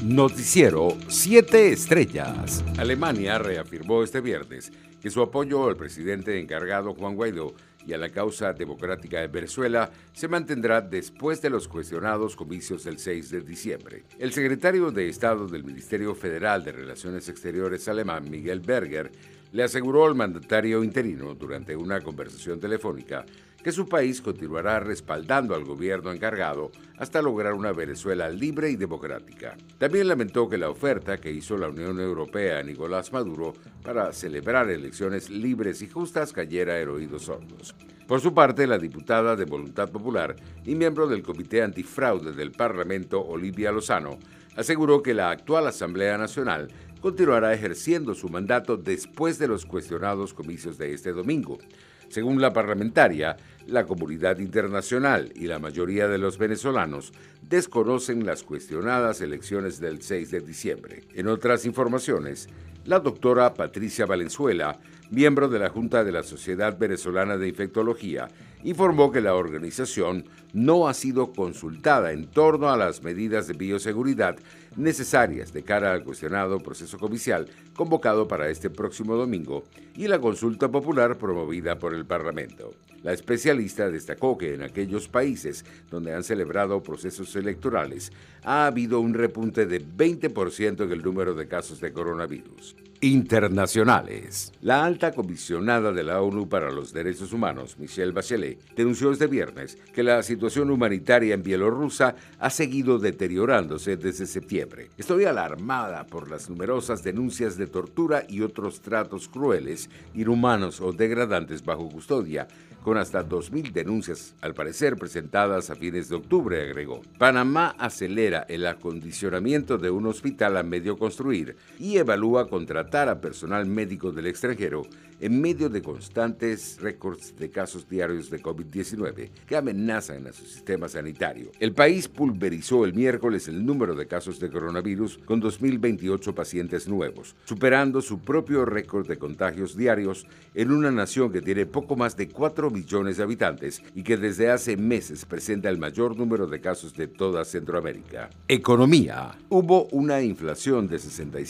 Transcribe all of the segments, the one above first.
Noticiero 7 Estrellas. Alemania reafirmó este viernes que su apoyo al presidente encargado Juan Guaidó y a la causa democrática de Venezuela se mantendrá después de los cuestionados comicios del 6 de diciembre. El secretario de Estado del Ministerio Federal de Relaciones Exteriores alemán, Miguel Berger, le aseguró al mandatario interino durante una conversación telefónica que su país continuará respaldando al gobierno encargado hasta lograr una Venezuela libre y democrática. También lamentó que la oferta que hizo la Unión Europea a Nicolás Maduro para celebrar elecciones libres y justas cayera en oídos sordos. Por su parte, la diputada de Voluntad Popular y miembro del Comité Antifraude del Parlamento, Olivia Lozano, aseguró que la actual Asamblea Nacional continuará ejerciendo su mandato después de los cuestionados comicios de este domingo. Según la parlamentaria, la comunidad internacional y la mayoría de los venezolanos desconocen las cuestionadas elecciones del 6 de diciembre. En otras informaciones, la doctora Patricia Valenzuela, miembro de la Junta de la Sociedad Venezolana de Infectología, informó que la organización no ha sido consultada en torno a las medidas de bioseguridad necesarias de cara al cuestionado proceso comicial convocado para este próximo domingo y la consulta popular promovida por el Parlamento. La especialista destacó que en aquellos países donde han celebrado procesos electorales ha habido un repunte de 20% en el número de casos de coronavirus. Internacionales. La alta comisionada de la ONU para los Derechos Humanos, Michelle Bachelet, denunció este viernes que la situación humanitaria en Bielorrusia ha seguido deteriorándose desde septiembre. Estoy alarmada por las numerosas denuncias de tortura y otros tratos crueles, inhumanos o degradantes bajo custodia, con hasta 2.000 denuncias, al parecer presentadas a fines de octubre, agregó. Panamá acelera el acondicionamiento de un hospital a medio construir y evalúa contratar a personal médico del extranjero en medio de constantes récords de casos diarios de COVID-19 que amenazan a su sistema sanitario. El país pulverizó el miércoles el número de casos de coronavirus con 2.028 pacientes nuevos, superando su propio récord de contagios diarios en una nación que tiene poco más de 4 millones de habitantes y que desde hace meses presenta el mayor número de casos de toda Centroamérica. Economía. Hubo una inflación de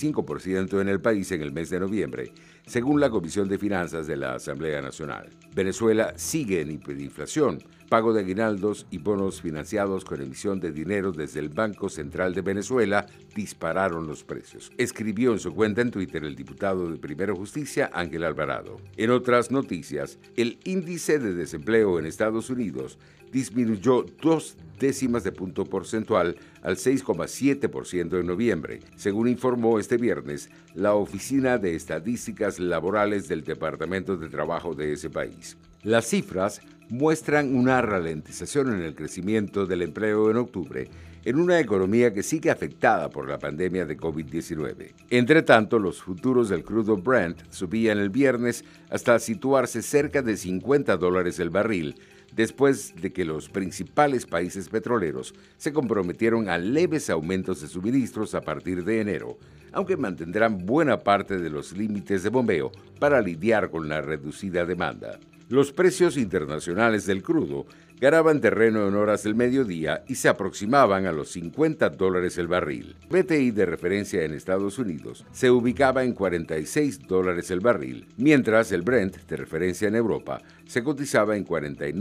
65% en el país en el mes de noviembre, según la Comisión de Finanzas de la Asamblea Nacional. Venezuela sigue en hiperinflación. Pago de aguinaldos y bonos financiados con emisión de dinero desde el Banco Central de Venezuela dispararon los precios, escribió en su cuenta en Twitter el diputado de Primero Justicia, Ángel Alvarado. En otras noticias, el índice de desempleo en Estados Unidos disminuyó 0,2 de punto porcentual al 6,7% en noviembre, según informó este viernes la Oficina de Estadísticas Laborales del Departamento de Trabajo de ese país. Las cifras muestran una ralentización en el crecimiento del empleo en octubre en una economía que sigue afectada por la pandemia de COVID-19. Entre tanto, los futuros del crudo Brent subían el viernes hasta situarse cerca de $50 el barril, después de que los principales países petroleros se comprometieron a leves aumentos de suministros a partir de enero, aunque mantendrán buena parte de los límites de bombeo para lidiar con la reducida demanda. Los precios internacionales del crudo ganaban terreno en horas del mediodía y se aproximaban a los $50 el barril. El BTI de referencia en Estados Unidos se ubicaba en $46 el barril, mientras el Brent de referencia en Europa se cotizaba en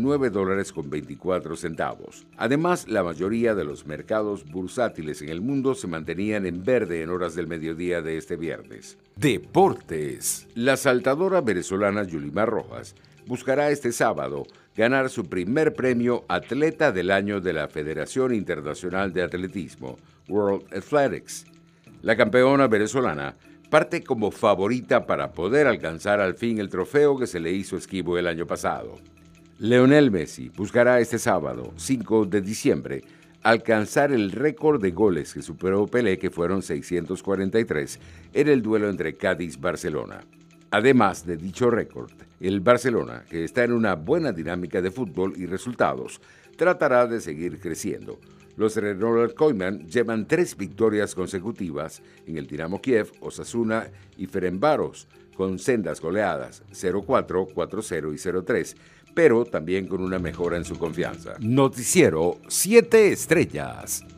$49.24. Además, la mayoría de los mercados bursátiles en el mundo se mantenían en verde en horas del mediodía de este viernes. Deportes. La saltadora venezolana Yulimar Rojas buscará este sábado ganar su primer premio Atleta del Año de la Federación Internacional de Atletismo, World Athletics. La campeona venezolana parte como favorita para poder alcanzar al fin el trofeo que se le hizo esquivo el año pasado. Lionel Messi buscará este sábado, 5 de diciembre, alcanzar el récord de goles que superó Pelé, que fueron 643, en el duelo entre Cádiz-Barcelona. Además de dicho récord, el Barcelona, que está en una buena dinámica de fútbol y resultados, tratará de seguir creciendo. Los de Ronald Koeman llevan 3 victorias consecutivas en el Dinamo Kiev, Osasuna y Ferencváros, con sendas goleadas 0-4, 4-0 y 0-3, pero también con una mejora en su confianza. Noticiero 7 Estrellas.